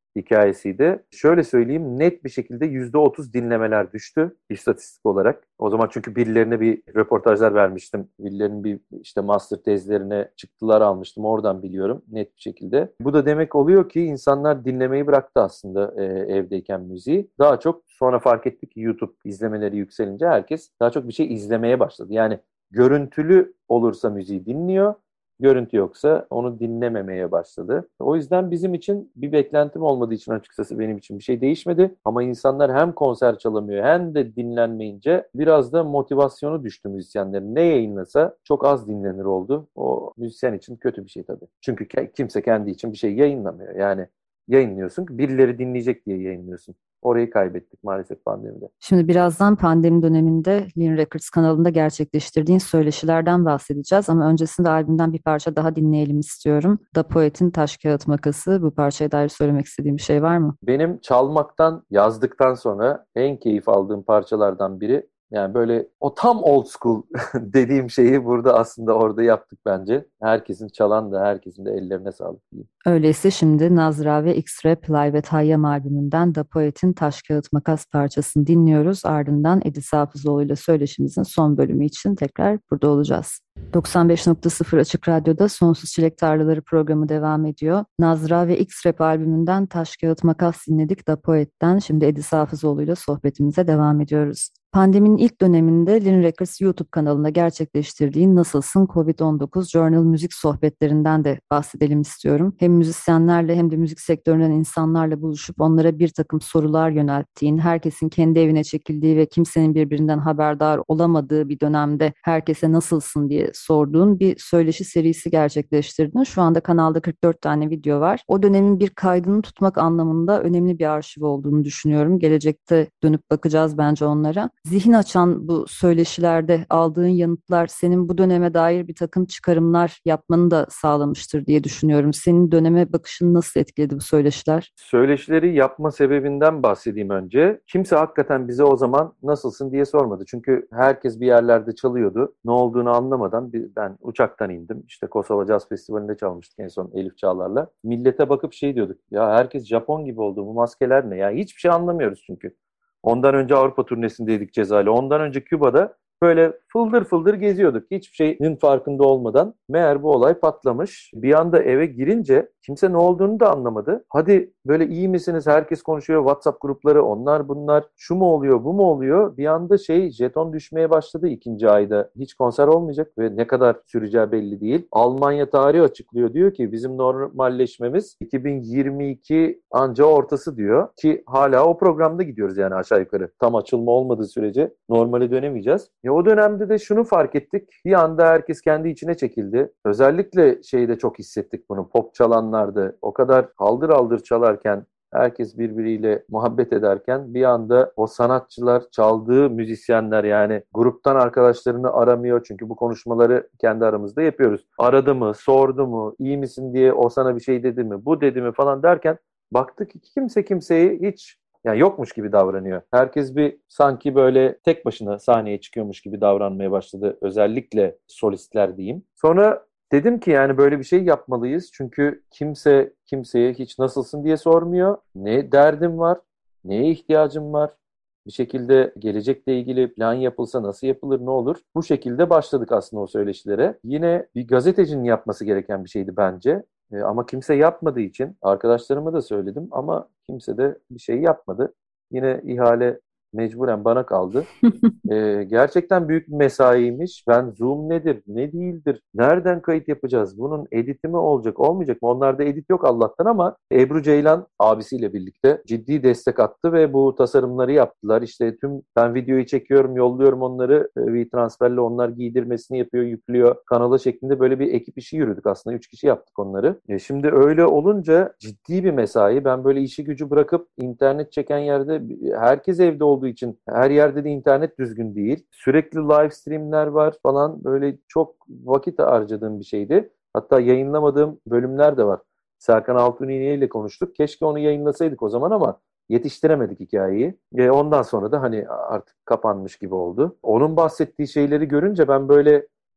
[SPEAKER 4] hikayesiydi. Şöyle söyleyeyim, net bir şekilde yüzde otuz dinlemeler düştü istatistik olarak. O zaman çünkü birilerine bir röportajlar vermiştim. Birilerinin bir işte master tezlerine çıktılar almıştım. Oradan biliyorum net bir şekilde. Bu da demek oluyor ki insanlar dinlemeyi bıraktı aslında e, evdeyken müziği. Daha çok sonra fark ettik ki YouTube izlemeleri yükselince herkes daha çok bir şey izlemeye başladı. Yani görüntülü olursa müziği dinliyor. Görüntü yoksa onu dinlememeye başladı. O yüzden bizim için bir beklentim olmadığı için açıkçası benim için bir şey değişmedi. Ama insanlar hem konser çalamıyor hem de dinlenmeyince biraz da motivasyonu düştü müzisyenlerin. Ne yayınlasa çok az dinlenir oldu. O müzisyen için kötü bir şey tabii. Çünkü kimse kendi için bir şey yayınlamıyor. Yani yayınlıyorsun ki birileri dinleyecek diye yayınlıyorsun. Orayı kaybettik maalesef pandemide.
[SPEAKER 3] Şimdi birazdan pandemi döneminde Lean Records kanalında gerçekleştirdiğin söyleşilerden bahsedeceğiz. Ama öncesinde albümden bir parça daha dinleyelim istiyorum. Da Poet'in Taş Kağıt Makası. Bu parçaya dair söylemek istediğim bir şey var mı?
[SPEAKER 4] Benim çalmaktan, yazdıktan sonra en keyif aldığım parçalardan biri. Yani böyle o tam old school dediğim şeyi burada aslında orada yaptık bence. Herkesin çalan da herkesin de ellerine sağlık diyeyim.
[SPEAKER 3] Öyleyse şimdi Nazra ve X-Rap Live at Hayyam albümünden Da Poet'in Taş Kağıt Makas parçasını dinliyoruz. Ardından Edis Hafızoğlu ile söyleşimizin son bölümü için tekrar burada olacağız. doksan beş nokta sıfır Açık Radyo'da Sonsuz Çilek Tarlaları programı devam ediyor. Nazra ve X-Rap albümünden Taş Kağıt Makas dinledik Da Poet'ten. Şimdi Edis Hafızoğlu ile sohbetimize devam ediyoruz. Pandeminin ilk döneminde Lean Records YouTube kanalında gerçekleştirdiğin Nasılsın Covid on dokuz Journal müzik sohbetlerinden de bahsedelim istiyorum. Hem müzisyenlerle hem de müzik sektöründen insanlarla buluşup onlara bir takım sorular yönelttiğin, herkesin kendi evine çekildiği ve kimsenin birbirinden haberdar olamadığı bir dönemde herkese nasılsın diye sorduğun bir söyleşi serisi gerçekleştirdin. Şu anda kanalda kırk dört tane video var. O dönemin bir kaydını tutmak anlamında önemli bir arşiv olduğunu düşünüyorum. Gelecekte dönüp bakacağız bence onlara. Zihin açan bu söyleşilerde aldığın yanıtlar senin bu döneme dair bir takım çıkarımlar yapmanı da sağlamıştır diye düşünüyorum. Senin döneme bakışını nasıl etkiledi bu söyleşiler?
[SPEAKER 4] Söyleşileri yapma sebebinden bahsedeyim önce. Kimse hakikaten bize o zaman nasılsın diye sormadı. Çünkü herkes bir yerlerde çalıyordu. Ne olduğunu anlamadan ben uçaktan indim. İşte Kosova Jazz Festivali'nde çalmıştık en son Elif Çağlar'la. Millete bakıp şey diyorduk. Ya herkes Japon gibi oldu. Bu maskeler ne? Ya hiçbir şey anlamıyoruz çünkü. Ondan önce Avrupa turnesindeydik Ceza'yla. Ondan önce Küba'da böyle fıldır fıldır geziyorduk. Hiçbir şeyin farkında olmadan. Meğer bu olay patlamış. Bir anda eve girince kimse ne olduğunu da anlamadı. Hadi böyle iyi misiniz? Herkes konuşuyor. WhatsApp grupları, onlar bunlar. Şu mu oluyor, bu mu oluyor? Bir anda şey jeton düşmeye başladı ikinci ayda. Hiç konser olmayacak ve ne kadar süreceği belli değil. Almanya tarihi açıklıyor. Diyor ki bizim normalleşmemiz iki bin yirmi iki anca ortası diyor. Ki hala o programda gidiyoruz yani aşağı yukarı. Tam açılma olmadığı sürece normale dönemeyeceğiz. Ya o dönemde de şunu fark ettik. Bir anda herkes kendi içine çekildi. Özellikle şeyde çok hissettik bunu. Pop çalanlarda o kadar haldır haldır çalarken, herkes birbiriyle muhabbet ederken bir anda o sanatçılar, çaldığı müzisyenler yani gruptan arkadaşlarını aramıyor. Çünkü bu konuşmaları kendi aramızda yapıyoruz. Aradı mı, sordu mu, iyi misin diye o sana bir şey dedi mi, bu dedi mi falan derken baktık ki kimse kimseyi hiç yani yokmuş gibi davranıyor. Herkes bir sanki böyle tek başına sahneye çıkıyormuş gibi davranmaya başladı. Özellikle solistler diyeyim. Sonra dedim ki yani böyle bir şey yapmalıyız. Çünkü kimse kimseye hiç nasılsın diye sormuyor. Ne derdim var, neye ihtiyacım var. Bir şekilde gelecekle ilgili plan yapılsa nasıl yapılır, ne olur? Bu şekilde başladık aslında o söyleşilere. Yine bir gazetecinin yapması gereken bir şeydi bence. E, ama kimse yapmadığı için arkadaşlarıma da söyledim ama kimse de bir şey yapmadı. Yine ihale mecburen bana kaldı. Ee, gerçekten büyük bir mesaiymiş. Ben Zoom nedir, ne değildir, nereden kayıt yapacağız, bunun editi mi olacak, olmayacak mı? Onlarda edit yok Allah'tan ama Ebru Ceylan abisiyle birlikte ciddi destek attı ve bu tasarımları yaptılar. İşte tüm ben videoyu çekiyorum, yolluyorum onları. WeTransfer'le onlar giydirmesini yapıyor, yüklüyor. Kanala şeklinde böyle bir ekip işi yürüdük aslında. Üç kişi yaptık onları. E şimdi öyle olunca ciddi bir mesai. Ben böyle işi gücü bırakıp internet çeken yerde herkes evde olduğu için her yerde de internet düzgün değil. Sürekli live streamler var falan böyle çok vakit harcadığım bir şeydi. Hatta yayınlamadığım bölümler de var. Serkan Altuniye ile konuştuk. Keşke onu yayınlasaydık o zaman ama yetiştiremedik hikayeyi. E ondan sonra da hani artık kapanmış gibi oldu. Onun bahsettiği şeyleri görünce ben böyle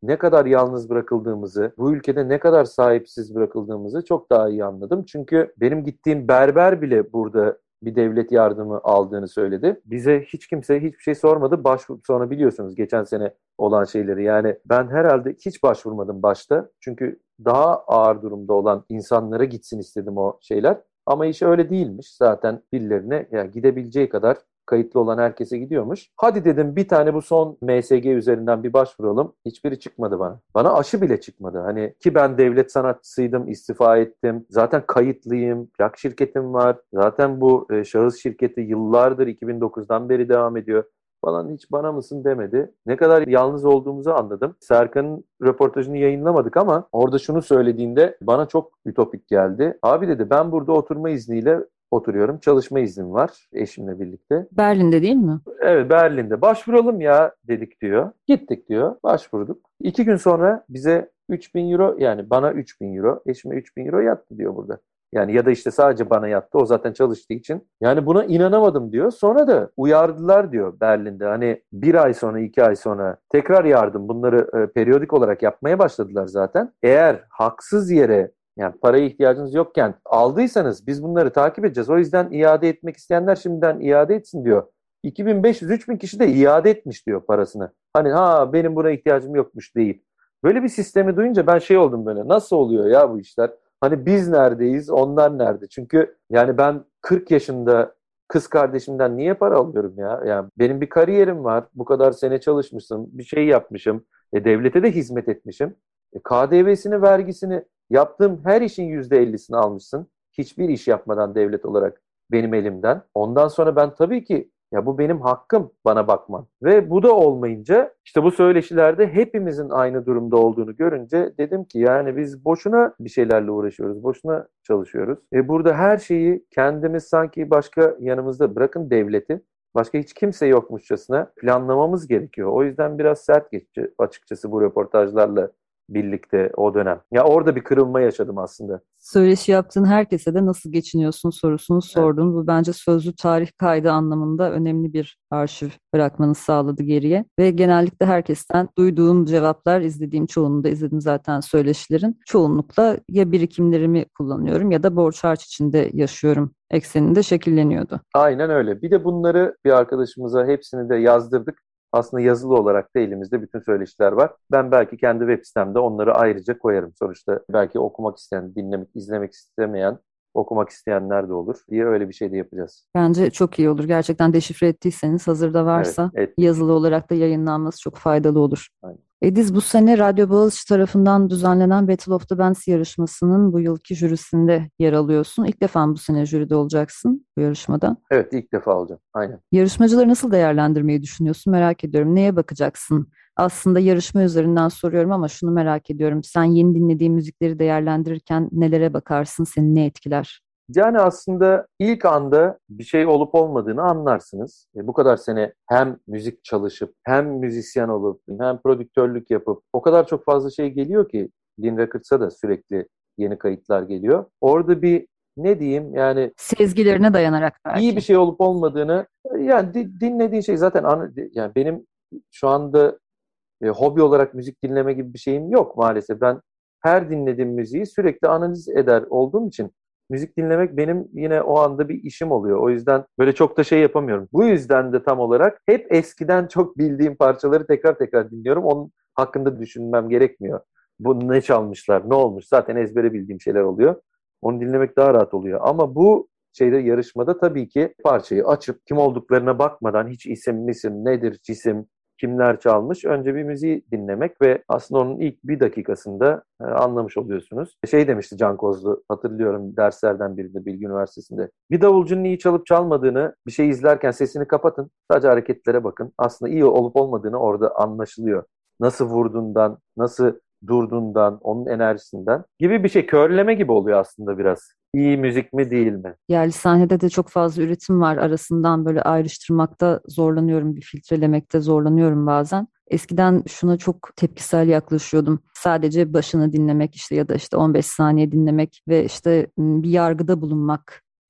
[SPEAKER 4] ne kadar yalnız bırakıldığımızı, bu ülkede ne kadar sahipsiz bırakıldığımızı çok daha iyi anladım. Çünkü benim gittiğim berber bile burada bir devlet yardımı aldığını söyledi. Bize hiç kimse hiçbir şey sormadı. Başvur sonra biliyorsunuz geçen sene olan şeyleri. Yani ben herhalde hiç başvurmadım başta. Çünkü daha ağır durumda olan insanlara gitsin istedim o şeyler. Ama iş öyle değilmiş. Zaten birilerine yani gidebileceği kadar kayıtlı olan herkese gidiyormuş. Hadi dedim bir tane bu son M S G üzerinden bir başvuralım. Hiçbiri çıkmadı bana. Bana aşı bile çıkmadı. Hani ki ben devlet sanatçısıydım, istifa ettim. Zaten kayıtlıyım, plak şirketim var. Zaten bu e, şahıs şirketi yıllardır iki bin dokuzdan beri devam ediyor falan, hiç bana mısın demedi. Ne kadar yalnız olduğumuzu anladım. Serkan'ın röportajını yayınlamadık ama orada şunu söylediğinde bana çok ütopik geldi. Abi dedi, ben burada oturma izniyle oturuyorum. Çalışma iznim var eşimle birlikte.
[SPEAKER 3] Berlin'de değil mi?
[SPEAKER 4] Evet, Berlin'de. Başvuralım ya dedik diyor. Gittik diyor. Başvurduk. İki gün sonra bize üç bin euro, yani bana üç bin euro, eşime üç bin euro yattı diyor burada. Yani ya da işte sadece bana yattı. O zaten çalıştığı için. Yani buna inanamadım diyor. Sonra da uyardılar diyor Berlin'de. Hani bir ay sonra, iki ay sonra tekrar yardım. Bunları e, periyodik olarak yapmaya başladılar zaten. Eğer haksız yere, yani paraya ihtiyacınız yokken aldıysanız biz bunları takip edeceğiz. O yüzden iade etmek isteyenler şimdiden iade etsin diyor. iki bin beş yüz üç bin kişi de iade etmiş diyor parasını. Hani ha benim buna ihtiyacım yokmuş değil. Böyle bir sistemi duyunca ben şey oldum böyle. Nasıl oluyor ya bu işler? Hani biz neredeyiz, onlar nerede? Çünkü yani ben kırk yaşında kız kardeşimden niye para alıyorum ya? Yani benim bir kariyerim var. Bu kadar sene çalışmışım, bir şey yapmışım. E, devlete de hizmet etmişim. E, K D V'sini, vergisini, yaptığım her işin yüzde ellisini almışsın. Hiçbir iş yapmadan devlet olarak benim elimden. Ondan sonra ben tabii ki ya bu benim hakkım, bana bakman. Ve bu da olmayınca işte bu söyleşilerde hepimizin aynı durumda olduğunu görünce dedim ki yani biz boşuna bir şeylerle uğraşıyoruz. Boşuna çalışıyoruz. E burada her şeyi kendimiz sanki başka yanımızda, bırakın devleti, başka hiç kimse yokmuşçasına planlamamız gerekiyor. O yüzden biraz sert geçti açıkçası bu röportajlarla birlikte o dönem. Ya orada bir kırılma yaşadım aslında.
[SPEAKER 3] Söyleşi yaptığın herkese de nasıl geçiniyorsun sorusunu sordun. Evet. Bu bence sözlü tarih kaydı anlamında önemli bir arşiv bırakmanı sağladı geriye. Ve genellikle herkesten duyduğum cevaplar, izlediğim çoğunu da izledim zaten söyleşilerin. Çoğunlukla ya birikimlerimi kullanıyorum ya da borç harç içinde yaşıyorum ekseninde şekilleniyordu.
[SPEAKER 4] Aynen öyle. Bir de bunları bir arkadaşımıza hepsini de yazdırdık. Aslında yazılı olarak da elimizde bütün söyleşiler var. Ben belki kendi web sitemde onları ayrıca koyarım. Sonuçta belki okumak isteyen, dinlemek, izlemek istemeyen, okumak isteyenler de olur diye öyle bir şey de yapacağız.
[SPEAKER 3] Bence çok iyi olur. Gerçekten deşifre ettiyseniz hazırda varsa evet, yazılı olarak da yayınlanması çok faydalı olur. Aynen. Ediz, bu sene Radyo Boğaziçi tarafından düzenlenen Battle of the Bands yarışmasının bu yılki jürisinde yer alıyorsun. İlk defa bu sene jüride olacaksın bu yarışmada.
[SPEAKER 4] Evet, ilk defa olacağım. Aynen.
[SPEAKER 3] Yarışmacıları nasıl değerlendirmeyi düşünüyorsun? Merak ediyorum. Neye bakacaksın? Aslında yarışma üzerinden soruyorum ama şunu merak ediyorum. Sen yeni dinlediğin müzikleri değerlendirirken nelere bakarsın? Seni ne etkiler?
[SPEAKER 4] Yani aslında ilk anda bir şey olup olmadığını anlarsınız. E, bu kadar sene hem müzik çalışıp, hem müzisyen olup, hem prodüktörlük yapıp o kadar çok fazla şey geliyor ki Din Records'a da sürekli yeni kayıtlar geliyor. Orada bir ne diyeyim yani...
[SPEAKER 3] Sezgilerine dayanarak belki.
[SPEAKER 4] İyi bir şey olup olmadığını, yani dinlediğin şey zaten, yani benim şu anda e, hobi olarak müzik dinleme gibi bir şeyim yok maalesef. Ben her dinlediğim müziği sürekli analiz eder olduğum için müzik dinlemek benim yine o anda bir işim oluyor. O yüzden böyle çok da şey yapamıyorum. Bu yüzden de tam olarak hep eskiden çok bildiğim parçaları tekrar tekrar dinliyorum. Onun hakkında düşünmem gerekmiyor. Bu ne çalmışlar, ne olmuş? Zaten ezbere bildiğim şeyler oluyor. Onu dinlemek daha rahat oluyor. Ama bu şeyde, yarışmada tabii ki parçayı açıp kim olduklarına bakmadan, hiç isim misim, nedir cisim, kimler çalmış, önce bir müziği dinlemek ve aslında onun ilk bir dakikasında e, anlamış oluyorsunuz. Şey demişti Can Kozlu, hatırlıyorum derslerden birinde Bilgi Üniversitesi'nde. Bir davulcunun iyi çalıp çalmadığını, bir şey izlerken sesini kapatın, sadece hareketlere bakın. Aslında iyi olup olmadığını orada anlaşılıyor. Nasıl vurduğundan, nasıl durduğundan, onun enerjisinden gibi bir şey. Körleme gibi oluyor aslında biraz. İyi müzik mi değil mi?
[SPEAKER 3] Yani sahnede de çok fazla üretim var. Arasından böyle ayrıştırmakta zorlanıyorum, bir filtrelemekte zorlanıyorum bazen. Eskiden şuna çok tepkisel yaklaşıyordum. Sadece başını dinlemek işte ya da işte on beş saniye dinlemek ve işte bir yargıda bulunmak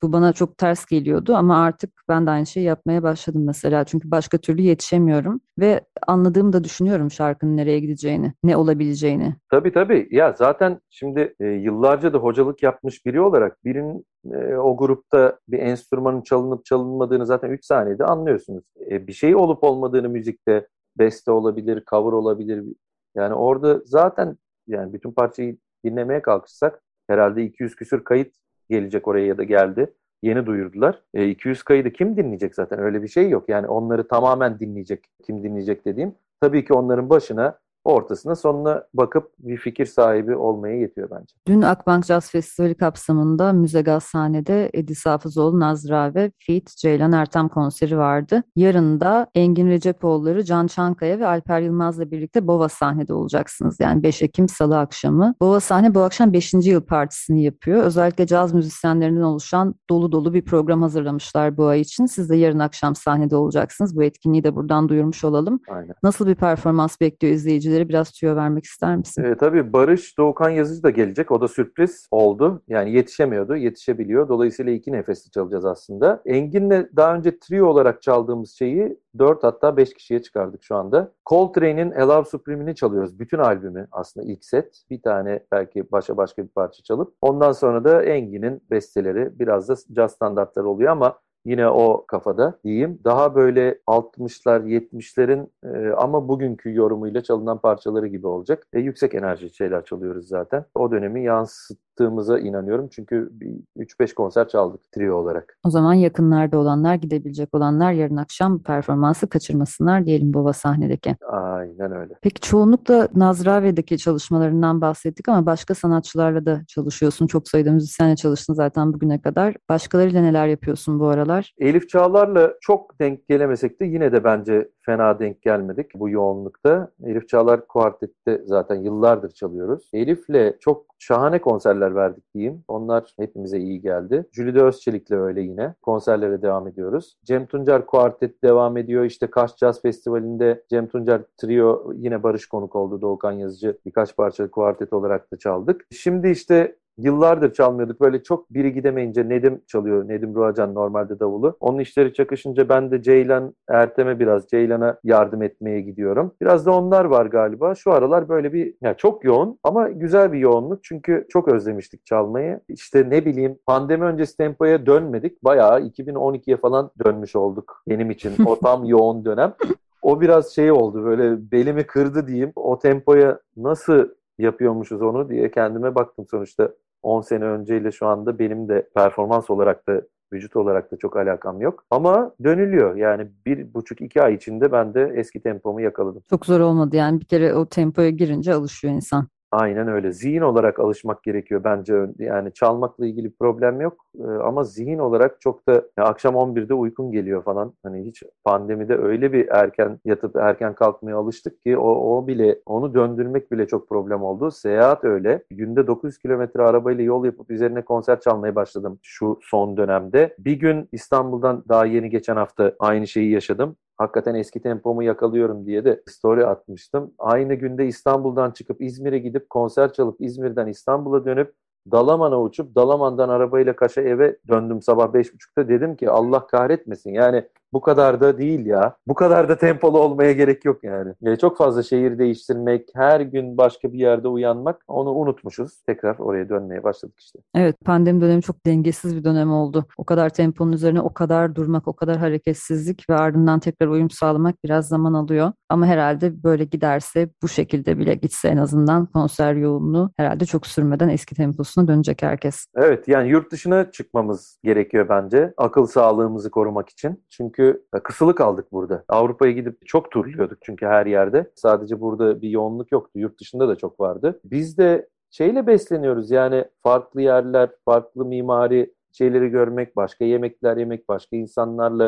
[SPEAKER 3] Bu bana çok ters geliyordu ama artık ben de aynı şeyi yapmaya başladım mesela. Çünkü başka türlü yetişemiyorum ve anladığımı da düşünüyorum şarkının nereye gideceğini, ne olabileceğini.
[SPEAKER 4] Tabii tabii. Ya zaten şimdi e, yıllarca da hocalık yapmış biri olarak birinin e, o grupta bir enstrümanın çalınıp çalınmadığını zaten üç saniyede anlıyorsunuz. E, bir şey olup olmadığını müzikte beste olabilir, cover olabilir. Yani orada zaten yani bütün parçayı dinlemeye kalkışsak herhalde iki yüz küsür kayıt gelecek oraya ya da geldi. Yeni duyurdular. E, iki yüz kaydı kim dinleyecek zaten? Öyle bir şey yok. Yani onları tamamen dinleyecek. Kim dinleyecek dediğim. Tabii ki onların başına, ortasına, sonuna bakıp bir fikir sahibi olmaya yetiyor bence.
[SPEAKER 3] Dün Akbank Jazz Festivali kapsamında Müze Gazhane'de Edis Hafızoğlu, Nazra ve feat. Ceylan Ertem konseri vardı. Yarın da Engin Recepoğulları, Can Çankaya ve Alper Yılmaz'la birlikte Bova sahnede olacaksınız. Yani beş Ekim Salı akşamı. Bova sahne bu akşam beşinci yıl partisini yapıyor. Özellikle caz müzisyenlerinden oluşan dolu dolu bir program hazırlamışlar bu ay için. Siz de yarın akşam sahnede olacaksınız. Bu etkinliği de buradan duyurmuş olalım.
[SPEAKER 4] Aynen.
[SPEAKER 3] Nasıl bir performans bekliyor izleyicileri? Biraz tüyo vermek ister misin?
[SPEAKER 4] E, tabii Barış Doğukan Yazıcı da gelecek. O da sürpriz oldu. Yani yetişemiyordu, yetişebiliyor. Dolayısıyla iki nefesli çalacağız aslında. Engin'le daha önce trio olarak çaldığımız şeyi dört hatta beş kişiye çıkardık şu anda. Coltrane'in A Love Supreme'ini çalıyoruz. Bütün albümü aslında ilk set. Bir tane belki başa başka bir parça çalıp. Ondan sonra da Engin'in besteleri biraz da caz standartları oluyor ama yine o kafada diyeyim. Daha böyle altmışlar, yetmişlerin e, ama bugünkü yorumuyla çalınan parçaları gibi olacak. E, yüksek enerji şeyler çalıyoruz zaten. O dönemi yansıttığımıza inanıyorum. Çünkü üç beş konser çaldık trio olarak.
[SPEAKER 3] O zaman yakınlarda olanlar, gidebilecek olanlar yarın akşam performansı kaçırmasınlar diyelim Bova sahnedeki.
[SPEAKER 4] Aynen öyle.
[SPEAKER 3] Peki çoğunlukla Nazrave'deki çalışmalarından bahsettik ama başka sanatçılarla da çalışıyorsun. Çok sayıda müzisyenle çalıştın zaten bugüne kadar. Başkalarıyla neler yapıyorsun bu aralar?
[SPEAKER 4] Elif Çağlar'la çok denk gelemesek de yine de bence fena denk gelmedik bu yoğunlukta. Elif Çağlar Kuartet'te zaten yıllardır çalıyoruz. Elif'le çok şahane konserler verdik diyeyim. Onlar hepimize iyi geldi. Jülide Özçelik'le öyle yine. Konserlere devam ediyoruz. Cem Tuncer Kuartet devam ediyor. İşte Kaş Jazz Festivali'nde Cem Tuncer Trio yine Barış konuk oldu. Doğukan Yazıcı birkaç parça kuartet olarak da çaldık. Şimdi işte yıllardır çalmıyorduk. Böyle çok biri gidemeyince Nedim çalıyor. Nedim Ruacan normalde davulu. Onun işleri çakışınca ben de Ceylan Ertem'e biraz Ceylan'a yardım etmeye gidiyorum. Biraz da onlar var galiba. Şu aralar böyle bir ya çok yoğun ama güzel bir yoğunluk. Çünkü çok özlemiştik çalmayı. İşte ne bileyim pandemi öncesi tempoya dönmedik. Bayağı iki bin on ikiye falan dönmüş olduk benim için. O tam yoğun dönem. O biraz şey oldu böyle belimi kırdı diyeyim. O tempoya nasıl yapıyormuşuz onu diye kendime baktım sonuçta. on sene önceyle şu anda benim de performans olarak da vücut olarak da çok alakam yok. Ama dönülüyor. Yani bir buçuk iki ay içinde ben de eski tempomu yakaladım.
[SPEAKER 3] Çok zor olmadı yani bir kere o tempoya girince alışıyor insan.
[SPEAKER 4] Aynen öyle. Zihin olarak alışmak gerekiyor bence. Yani çalmakla ilgili bir problem yok. Ee, ama zihin olarak çok da ya akşam on birde uykun geliyor falan. Hani hiç pandemide öyle bir erken yatıp erken kalkmaya alıştık ki o, o bile onu döndürmek bile çok problem oldu. Seyahat öyle. Günde dokuz yüz kilometre arabayla yol yapıp üzerine konser çalmaya başladım şu son dönemde. Bir gün İstanbul'dan daha yeni geçen hafta aynı şeyi yaşadım. Hakikaten eski tempomu yakalıyorum diye de story atmıştım. Aynı günde İstanbul'dan çıkıp İzmir'e gidip konser çalıp İzmir'den İstanbul'a dönüp Dalaman'a uçup Dalaman'dan arabayla Kaş'a eve döndüm sabah beş buçukta. Dedim ki Allah kahretmesin yani bu kadar da değil ya. Bu kadar da tempolu olmaya gerek yok yani. yani. Çok fazla şehir değiştirmek, her gün başka bir yerde uyanmak onu unutmuşuz. Tekrar oraya dönmeye başladık işte.
[SPEAKER 3] Evet, pandemi dönemi çok dengesiz bir dönem oldu. O kadar temponun üzerine o kadar durmak, o kadar hareketsizlik ve ardından tekrar uyum sağlamak biraz zaman alıyor. Ama herhalde böyle giderse bu şekilde bile gitse en azından konser yoğunluğu herhalde çok sürmeden eski temposuna dönecek herkes.
[SPEAKER 4] Evet yani yurt dışına çıkmamız gerekiyor bence akıl sağlığımızı korumak için. Çünkü kısılı kaldık burada. Avrupa'ya gidip çok turluyorduk çünkü her yerde. Sadece burada bir yoğunluk yoktu. Yurt dışında da çok vardı. Biz de şeyle besleniyoruz yani farklı yerler, farklı mimari şeyleri görmek, başka yemekler yemek, başka insanlarla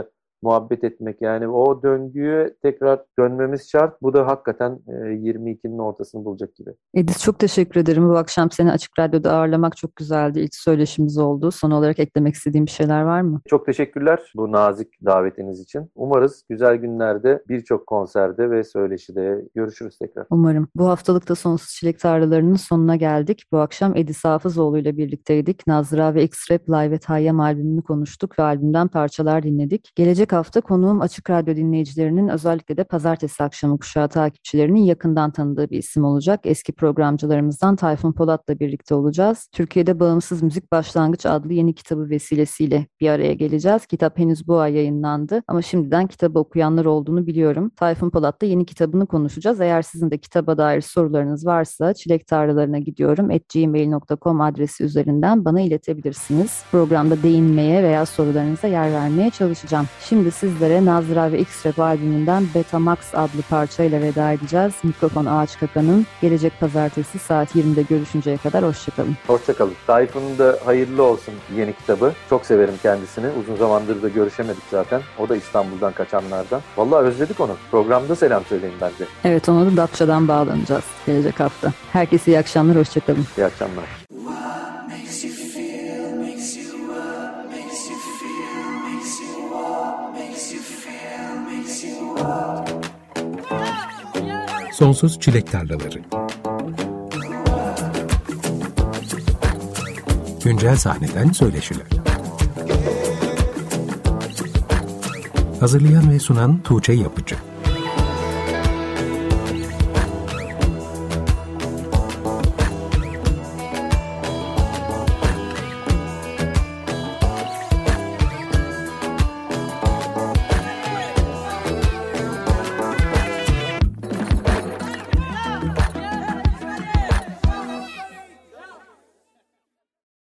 [SPEAKER 4] muhabbet etmek, yani o döngüye tekrar dönmemiz şart. Bu da hakikaten yirmi ikinin ortasını bulacak gibi.
[SPEAKER 3] Edis, çok teşekkür ederim. Bu akşam seni Açık Radyo'da ağırlamak çok güzeldi. İlk söyleşimiz oldu. Son olarak eklemek istediğim bir şeyler var mı?
[SPEAKER 4] Çok teşekkürler bu nazik davetiniz için. Umarız güzel günlerde birçok konserde ve söyleşide görüşürüz tekrar.
[SPEAKER 3] Umarım. Bu haftalıkta Sonsuz Çilek Tarlaları'nın sonuna geldik. Bu akşam Edis Hafızoğlu ile birlikteydik. Nazra ve X-Rap Live at Hayam albümünü konuştuk ve albümden parçalar dinledik. Gelecek hafta konuğum Açık Radyo dinleyicilerinin, özellikle de pazartesi akşamı kuşağı takipçilerinin yakından tanıdığı bir isim olacak. Eski programcılarımızdan Tayfun Polat'la birlikte olacağız. Türkiye'de Bağımsız Müzik Başlangıç adlı yeni kitabı vesilesiyle bir araya geleceğiz. Kitap henüz bu ay yayınlandı ama şimdiden kitabı okuyanlar olduğunu biliyorum. Tayfun Polat'la yeni kitabını konuşacağız. Eğer sizin de kitaba dair sorularınız varsa çilek tarlalarına gidiyorum at gmail nokta com adresi üzerinden bana iletebilirsiniz. Programda değinmeye veya sorularınıza yer vermeye çalışacağım. Şimdi sizlere Nazra ve X-Rap albümünden Betamax adlı parçayla veda edeceğiz. Mikrofon Ağaç Kaka'nın. Gelecek pazartesi saat yirmide görüşünceye kadar hoşçakalın.
[SPEAKER 4] Hoşçakalın. Tayfun'un da hayırlı olsun yeni kitabı. Çok severim kendisini. Uzun zamandır da görüşemedik zaten. O da İstanbul'dan kaçanlardan. Vallahi özledik onu. Programda selam söyleyin bence.
[SPEAKER 3] Evet, ona da Datça'dan bağlanacağız gelecek hafta. Herkese iyi akşamlar, hoşçakalın.
[SPEAKER 4] İyi akşamlar.
[SPEAKER 2] Sonsuz Çilek Tarlaları. Güncel sahneden söyleşiler. Hazırlayan ve sunan Tuğçe Yapıcı.